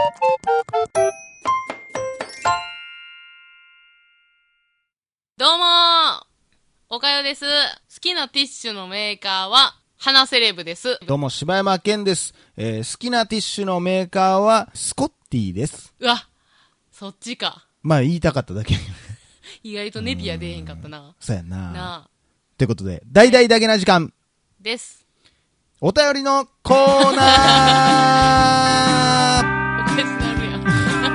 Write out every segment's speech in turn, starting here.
どうもー、おかよです。好きなティッシュのメーカーは花セレブです。 どうも柴山健です、好きなティッシュのメーカーはスコッティです。 うわ、そっちか。 まあ言いたかっただけ意外とネピア出へんかったな。 そうやな。 なあ。 ということで大々だけな時間です。 お便りのコーナーおかしなるやん。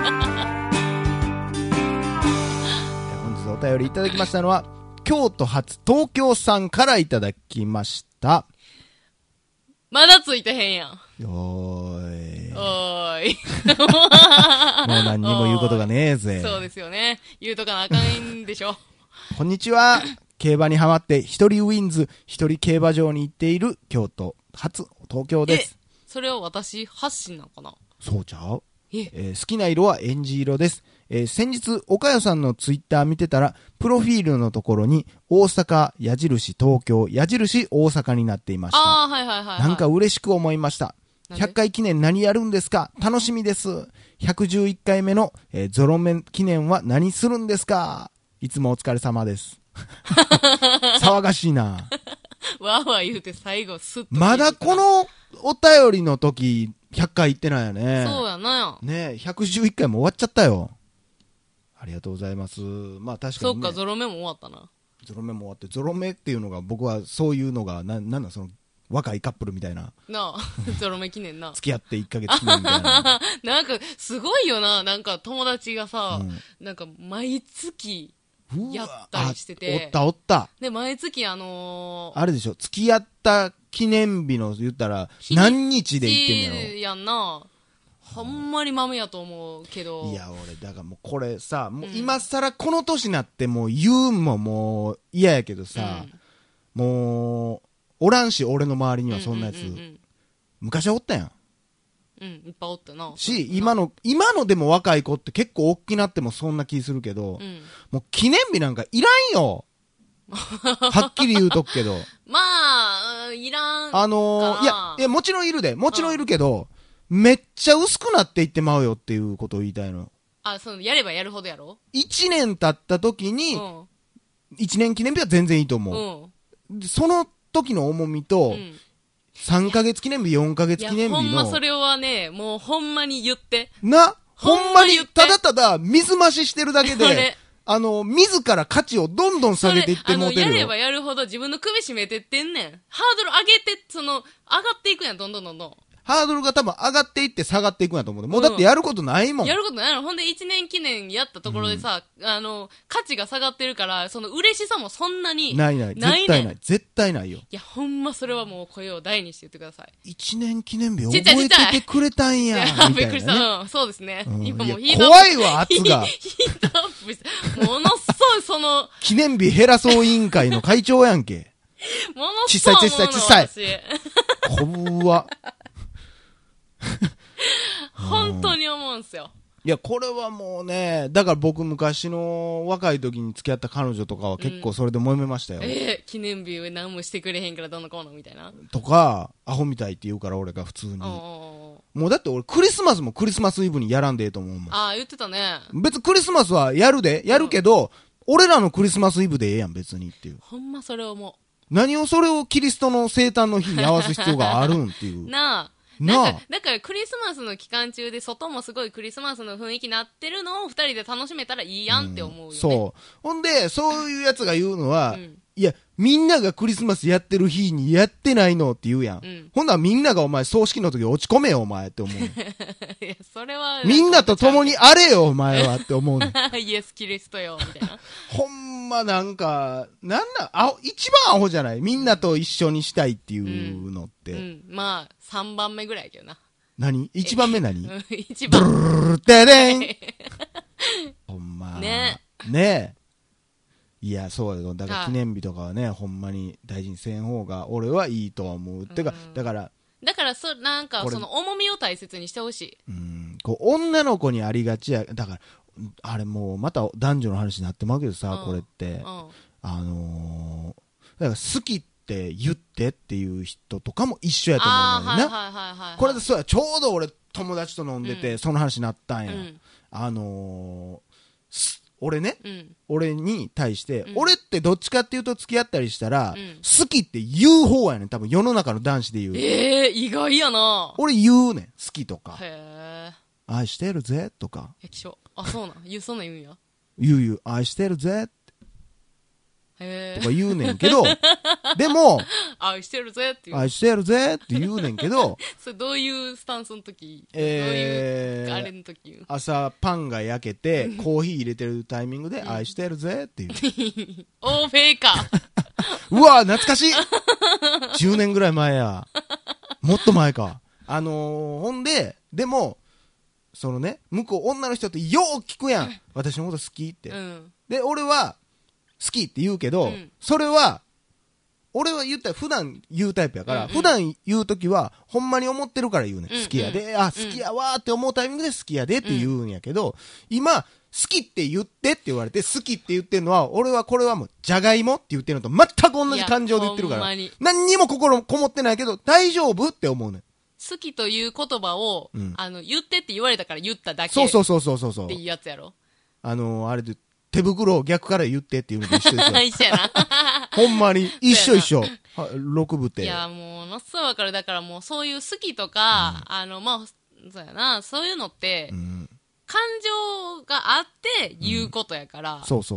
本日お便りいただきましたのは京都発東京さんからいただきました。 まだついてへんやん。 おーいおーい。 もう何にも言うことがねえぜ。 そうですよね。言うとかなあかんでしょ。 こんにちは。競馬にハマって一人ウィンズ一人競馬場に行っている京都発東京です。 それは私発信なのかな。 そうちゃう、 好きな色はエンジ色です。先日岡谷さんのツイッター見てたらプロフィールのところに大阪矢印東京矢印大阪になっていました。 ああ、はいはいはい、はい。 なんか嬉しく思いました。100回記念何やるんですか？楽しみです。111回目の、ゾロ目記念は何するんですか？いつもお疲れ様です。騒がしいな。 わーわー言うて最後スッと。 まだこのお便りの時100回行ってないよね。 そうやな。 ねえ、111回も終わっちゃったよ。ありがとうございます。まあ確かに、ね、 そっか、ゾロ目も終わったな。 ゾロ目も終わって、ゾロ目っていうのが僕はそういうのがなんだその若いカップルみたいな。 なあ、ゾロ目記念な。 付き合って1ヶ月記念みたいな。 なんか、すごいよな。なんか友達がさ、なんか毎月やったりしてて。 おった。 で、毎月あれでしょ、付き合った記念日の言ったら、何日で言ってんやろ。 やんな。ほんまに豆やと思うけど。 いや、俺、だからもうこれさ、もう今更この年になってもう言うんももう嫌やけどさ、もう、おらんし、俺の周りにはそんなやつ。昔はおったやん。 うん、いっぱいおったな。 今のでも若い子って結構大きなってもそんな気するけど、もう記念日なんかいらんよ。はっきり言うとくけど。 まあ、いらん。 いや、もちろんいるで。もちろんいるけど、めっちゃ薄くなっていってまうよっていうことを言いたいの。 やればやるほどやろ？ 1 年経った時に、1年記念日は全然いいと思う。その時の重みと、3ヶ月記念日、4ヶ月記念日の。 ほんまそれはね、もうほんまに言って。 ほんまに、ただただ水増ししてるだけで、自ら価値をどんどん下げていってもうてるよ。 やればやるほど自分の首絞めてってんねん。ハードル上げて、上がっていくやん、どんどん。 ハードルが多分上がっていって下がっていくんやと思う。もうだってやることないもん。 やることないの。ほんで1年記念やったところでさ、価値が下がってるから、その嬉しさもそんなに。 ない。絶対ない。絶対ないよ。 いや、ほんまそれはもう声を大にして言ってください。 1年記念日覚えててくれたんや。 びっくりした。そうですね。今もう怖いわ、圧が。 ヒートアップして、ものすごい記念日減らそう委員会の会長やんけ。 ものすごい。 小さい。こぶわ。 本当に思うんすよ。 いや、これはもうね、だから僕昔の若い時に付き合った彼女とかは結構それで揉めましたよ。 記念日何もしてくれへんからどんなこうのみたいな。 とか、アホみたいって言うから俺が普通に。もうだって俺クリスマスもクリスマスイブにやらんでええと思うもん。 ああ、言ってたね。 別にクリスマスはやるけど、俺らのクリスマスイブでええやん別にっていう。 ほんまそれ思う。 何をそれをキリストの生誕の日に合わす必要があるんっていう。 なあ。だからクリスマスの期間中で外もすごいクリスマスの雰囲気になってるのを二人で楽しめたらいいやんって思うよね。 そう。ほんで、そういうやつが言うのは、いや、みんながクリスマスやってる日にやってないのって言うやん。ほんならみんながお前葬式の時落ち込めよお前って思う。 いや、それは。 みんなと共にあれよお前はって思うね。 イエスキリストよ、みたいな。 ほんまなんか、一番アホじゃないみんなと一緒にしたいっていうのって。 まあ、3番目ぐらいやけどな。 一番目何一番。 ドルルテレンほんま。ねえ。いや、そうよ。だから記念日とかはね、ほんまに大事にせん方が俺はいいとは思う。てか、だから、 なんか、その重みを大切にしてほしい。 女の子にありがちや、だから、あれもうまた男女の話になってまうけどさ、これって。だから好きっって言ってっていう人とかも一緒やと思うのよな。これでそうや、ちょうど俺友達と飲んでて、その話になったんや。俺ね、俺に対して、俺ってどっちかっていうと付き合ったりしたら、好きって言う方やねん。多分世の中の男子で言う。 意外やな。 俺言うねん。好きとか。 へー。 愛してるぜとか。 きしょ。あ、そうなん。そんなん言うんや。 言う。愛してるぜへー。 とか言うねんけど、でも、 愛してるぜって言う。 愛してるぜって言うねんけど、 それどういうスタンスの時、どういうあれの時言う。 朝パンが焼けてコーヒー入れてるタイミングで愛してるぜって言う。 欧米か。 うわ懐かしい10年ぐらい前や。もっと前か。ほんで、でも、そのね、向こう女の人ってよう聞くやん。私のこと好きって。で、俺は好きって言うけど、それは、俺は言ったら普段言うタイプやから、普段言うときは、ほんまに思ってるから言うねん。好きやで、好きやわーって思うタイミングで好きやでって言うんやけど、今、好きって言ってって言われて、好きって言ってるのは、俺はこれはもう、じゃがいもって言ってるのと全く同じ感情で言ってるから、何にも心こもってないけど、大丈夫って思うねん。 好きという言葉を、言ってって言われたから言っただけ。 そう。 っていうやつやろ。 あれで、手袋を逆から言ってっていうのと一緒ですよ。 一緒やな。 ほんまに、一緒。6部って。 いや、ものすごいわかる。だからもうそういう好きとか、そうやな、そういうのって、感情があって言うことやから。 そう。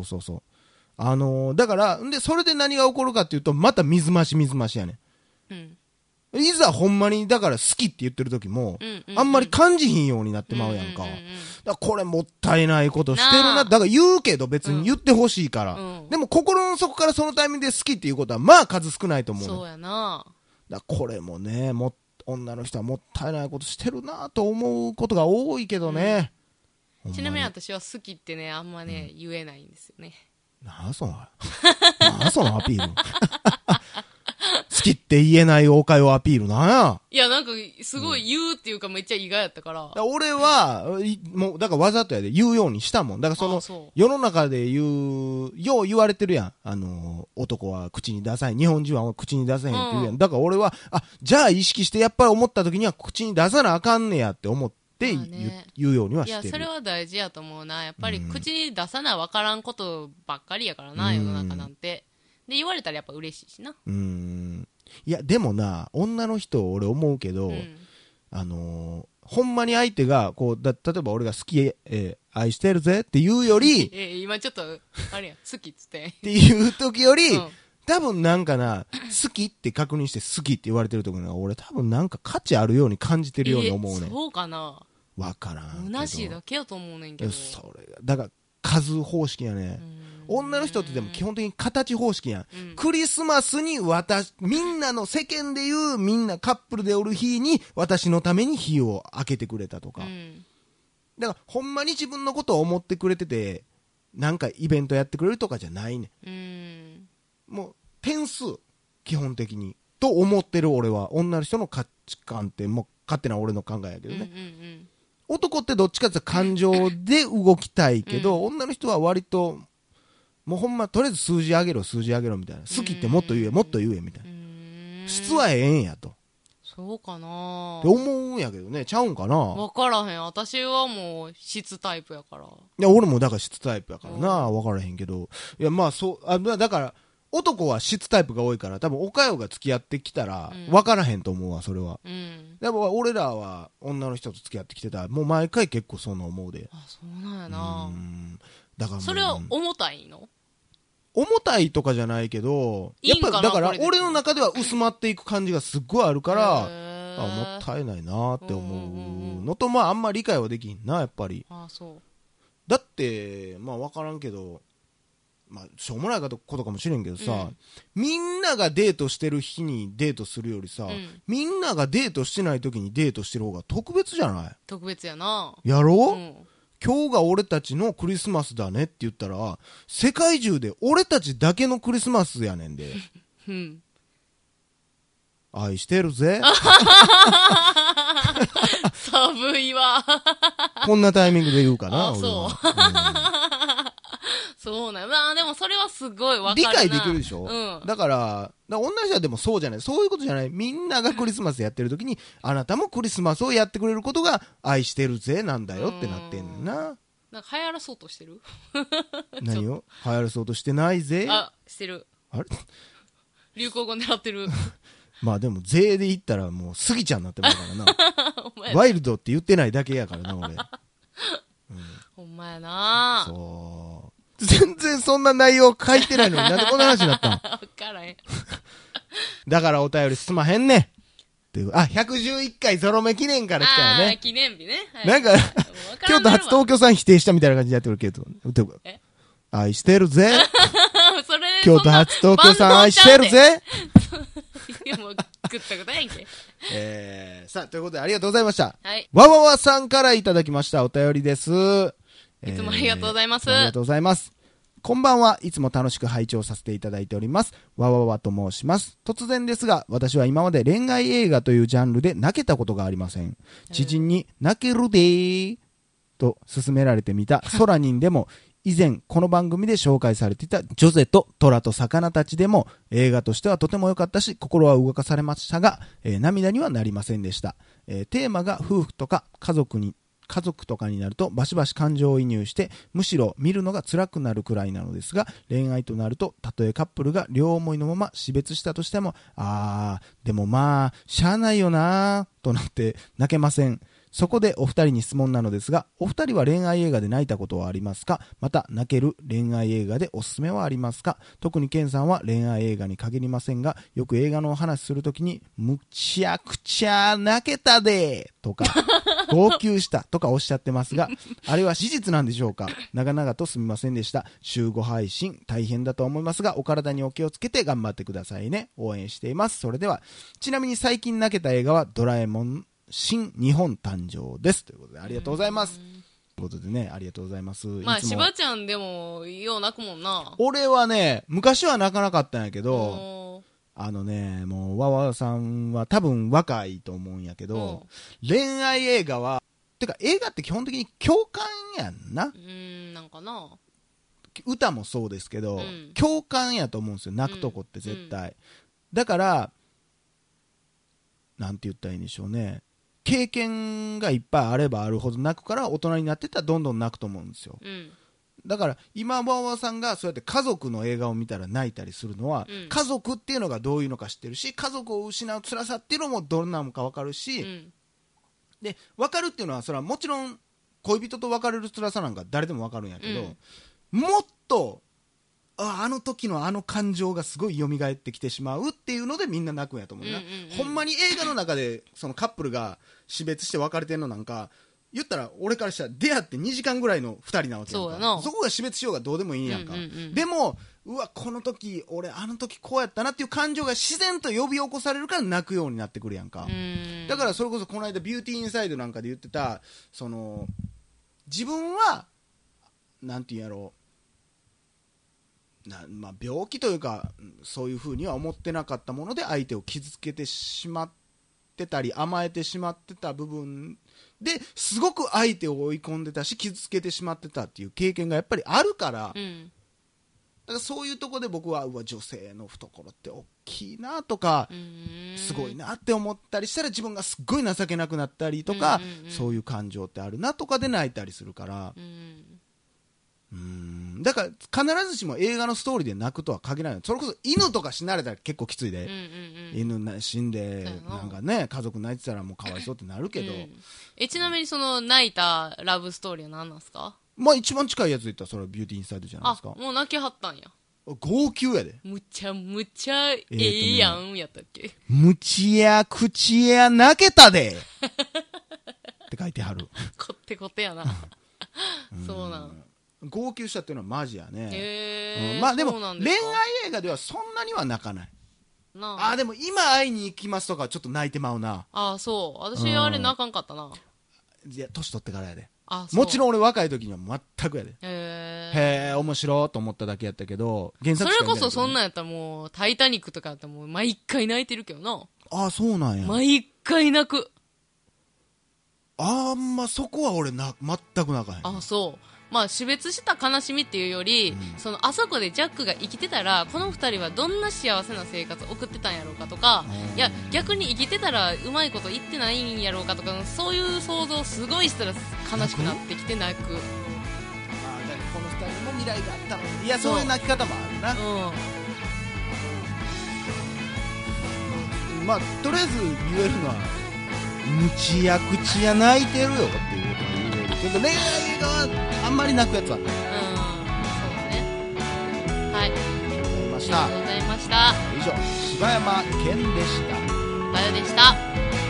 だから、で、それで何が起こるかっていうと、また水増しやねん。いざほんまに、だから好きって言ってる時も、あんまり感じひんようになってまうやんか。だからこれもったいないことしてるな。だから言うけど別に言ってほしいから。でも心の底からそのタイミングで好きっていうことはまあ数少ないと思う。 そうやな。 だからこれもね、女の人はもったいないことしてるなと思うことが多いけどね。 ちなみに私は好きってね、あんまね、言えないんですよね。 なあ、そのアピール。好きって言えないおかよアピールなんや。 いや、なんか、すごい言うっていうかめっちゃ意外やったから。 俺は、もう、だからわざとやで言うようにしたもん。だから世の中でよう言われてるやん。男は口に出さへん。日本人は口に出さへんって言うやん。だから俺は、じゃあ意識してやっぱり思った時には口に出さなあかんねやって思って言うようにはしてる。 いや、それは大事やと思うな。やっぱり口に出さなわからんことばっかりやからな、世の中なんて。で、言われたらやっぱ嬉しいしな。 いや、でもな、女の人俺思うけど、ほんまに相手が、例えば俺が好き、愛してるぜって言うより、 今ちょっと、あれや、好きっつって。 っていう時より、多分なんかな、好きって確認して好きって言われてる時が俺多分なんか価値あるように感じてるように思うね。 そうかな。 わからん。 むなしいだけやと思うねんけど。 それが、だから数方式やね。女の人ってでも基本的に形方式やん。クリスマスにみんなの世間で言うみんなカップルでおる日に私のために火を開けてくれたとか。だからほんまに自分のことを思ってくれてて、なんかイベントやってくれるとかじゃないね。もう点数、基本的に。と思ってる俺は。女の人の価値観ってもう勝手な俺の考えやけどね。男ってどっちかっていうと感情で動きたいけど、女の人は割と、もうほんま、とりあえず数字上げろみたいな。好きってもっと言えみたいな。質はええんやと。 そうかなって思うんやけどね、ちゃうんかな。 わからへん。私はもう質タイプやから。いや、俺もだから質タイプやからな、わからへんけど。いや、まあだから、男は質タイプが多いから、多分、おかよが付き合ってきたら、わからへんと思うわ、それは。でも、俺らは女の人と付き合ってきてたら、もう毎回結構そんな思うで。 あ、そうなんやな。 だからそれは重たいの？ 重たいとかじゃないけど、やっぱだから俺の中では薄まっていく感じがすっごいあるから、もったいないなって思うのと、まああんまり理解はできんな、やっぱり。だって、まあわからんけど、まあしょうもないことかもしれんけどさ、みんながデートしてる日にデートするよりさ、みんながデートしてない時にデートしてる方が特別じゃない？ 特別やな。 やろう？今日が俺たちのクリスマスだねって言ったら、世界中で俺たちだけのクリスマスやねんで。愛してるぜ。 寒いわ。 こんなタイミングで言うかな。 そう。 そうなん。まあでもそれはすごいわかるな。 理解できるでしょ、 うん。 だから同じはでもそうじゃない。そういうことじゃない。みんながクリスマスやってる時に、あなたもクリスマスをやってくれることが愛してるぜなんだよってなってんねんな。 なんか流行らそうとしてる何を流行らそうとしてないぜ。 あ、してる。 あれ流行語狙ってる。 まあでも税で言ったらもうスギちゃんになってますからな。 お前ワイルドって言ってないだけやからな、俺。 ほんまやなそう。全然そんな内容書いてないのになんでこんな話になったんわからへん。 だからお便りすまへんねん。っていう。あ、111回ゾロ目記念から来たよあー、 ね。 記念日ね。はいなんか、 もうわ京都初東京さん否定したみたいな感じでやってるけど。 え愛してるぜ。 それ、 京都初東京さん愛してるぜ。 いや、もう、食ったことやんけ。 さあ、ということでありがとうございました。 はい。 わわわさんからいただきましたお便りです。 いつもありがとうございます。 ありがとうございます。こんばんは。いつも楽しく拝聴させていただいております。わわわと申します。突然ですが、私は今まで恋愛映画というジャンルで泣けたことがありません。知人に泣けるでーと勧められてみたソラニンでも、以前この番組で紹介されていたジョゼと虎と魚たちでも映画としてはとても良かったし、心は動かされましたが、涙にはなりませんでした。テーマが夫婦とか家族とかになるとバシバシ感情移入してむしろ見るのが辛くなるくらいなのですが、恋愛となるとたとえカップルが両思いのまま死別したとしても、でもまあしゃあないよなーとなって泣けません。そこでお二人に質問なのですが、お二人は恋愛映画で泣いたことはありますか？また泣ける恋愛映画でおすすめはありますか？特にケンさんは恋愛映画に限りませんが、よく映画のお話するときにむちゃくちゃ泣けたでとか号泣したとかおっしゃってますが、あれは事実なんでしょうか？長々とすみませんでした。週5配信大変だと思いますが、お体にお気をつけて頑張ってくださいね。応援しています。それでは。ちなみに最近泣けた映画はドラえもん新日本誕生です。ということでありがとうございます。ということでね、ありがとうございます。 まあ、しばちゃんでも、よう泣くもんな。 俺はね、昔は泣かなかったんやけど、もう、わわさんは多分若いと思うんやけど、恋愛映画は、てか映画って基本的に共感やんな。 なんかな。 歌もそうですけど、共感やと思うんですよ、泣くとこって絶対。だから、なんて言ったらいいんでしょうね。経験がいっぱいあればあるほど泣くから、大人になってったらどんどん泣くと思うんですよ。だから今わわさんがそうやって家族の映画を見たら泣いたりするのは、家族っていうのがどういうのか知ってるし、家族を失う辛さっていうのもどんなのか分かるし、で分かるっていうのはそれはもちろん恋人と別れる辛さなんか誰でも分かるんやけど、もっとあの時のあの感情がすごい蘇ってきてしまうっていうのでみんな泣くんやと思うな、ほんまに映画の中でそのカップルが死別して別れてんのなんか言ったら俺からしたら出会って2時間ぐらいの2人なわけやんか。 そこが死別しようがどうでもいいんやんか、でもうわこの時俺あの時こうやったなっていう感情が自然と呼び起こされるから泣くようになってくるやんか。だからそれこそこの間ビューティーインサイドなんかで言ってたその自分はなんていうんやろう、まあ、病気というかそういう風には思ってなかったもので相手を傷つけてしまってたり甘えてしまってた部分ですごく相手を追い込んでたし傷つけてしまってたっていう経験がやっぱりあるから、だからそういうとこで僕は女性の懐って大きいなとかすごいなって思ったりしたら自分がすっごい情けなくなったりとか、そういう感情ってあるなとかで泣いたりするから、だから必ずしも映画のストーリーで泣くとは限らない。それこそ犬とか死なれたら結構きついで、犬死んでなんかね家族泣いてたらもうかわいそうってなるけど、 ちなみにその泣いたラブストーリーは何なんですか？ まあ一番近いやつで言ったらそれはビューティーインサイドじゃないですか。 もう泣きはったんや。 号泣やで。 むちゃむちゃええやんやったっけ？ むちや口や泣けたでって書いてはる。 こってこてやな。そうなん。 号泣したっていうのはマジやね。 まあでも恋愛映画ではそんなには泣かない。でも今会いに行きますとかちょっと泣いてまうな。 そう私あれ泣かんかったな。 いや年取ってからやで。 もちろん俺若い時には全くやで。へえ面白いと思っただけやったけど、 原作それこそそんなんやったらもうタイタニックとかやったらもう毎回泣いてるけどな。 そうなんや。 毎回泣く。 あんまそこは俺全く泣かへん。 そうまあ、死別した悲しみっていうより、そのあそこでジャックが生きてたらこの2人はどんな幸せな生活を送ってたんやろうかとか、いや逆に生きてたらうまいこと言ってないんやろうかとか、そういう想像すごいしたら悲しくなってきて泣く。 あ、じゃあこの2人も未来があったの。いや、そういう泣き方もあるな。まあ、とりあえず言えるのは、むちやくちや泣いてるよっていうことで言えるけど、恋愛映画はあんまり泣くやつはない。 そうね。はい。 ありがとうございました。 ありがとうございました。 以上、柴山健でした。 バヨでした。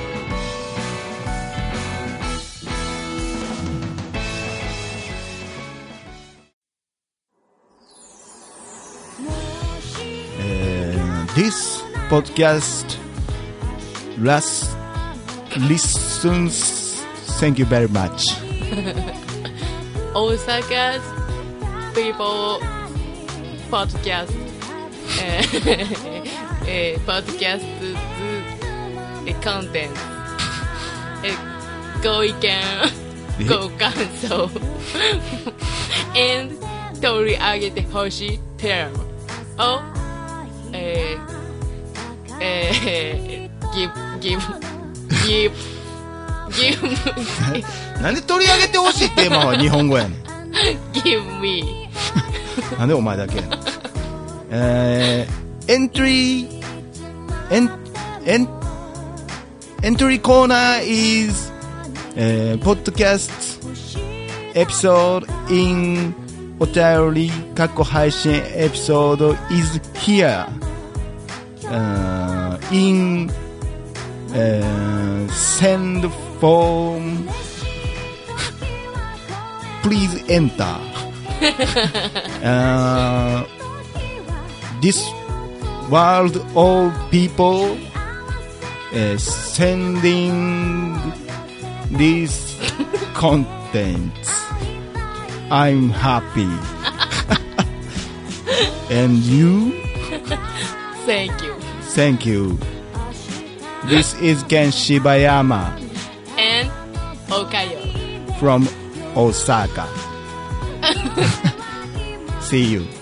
This podcast last listens. Thank you very much. Osaka's people podcast podcast content ご意見ご感想and 取り上げてほしいテーマをgive なんで取り上げてほしいテーマは日本語やねん。 give me なんでお前だけやねん。entry corner is podcast episode in お便り過去配信エピソード is here in send form please enter this world of people sending these contents. I'm happy. And you? Thank you. Thank you. This is Ken Shibayama And Okayo from Osaka. See you.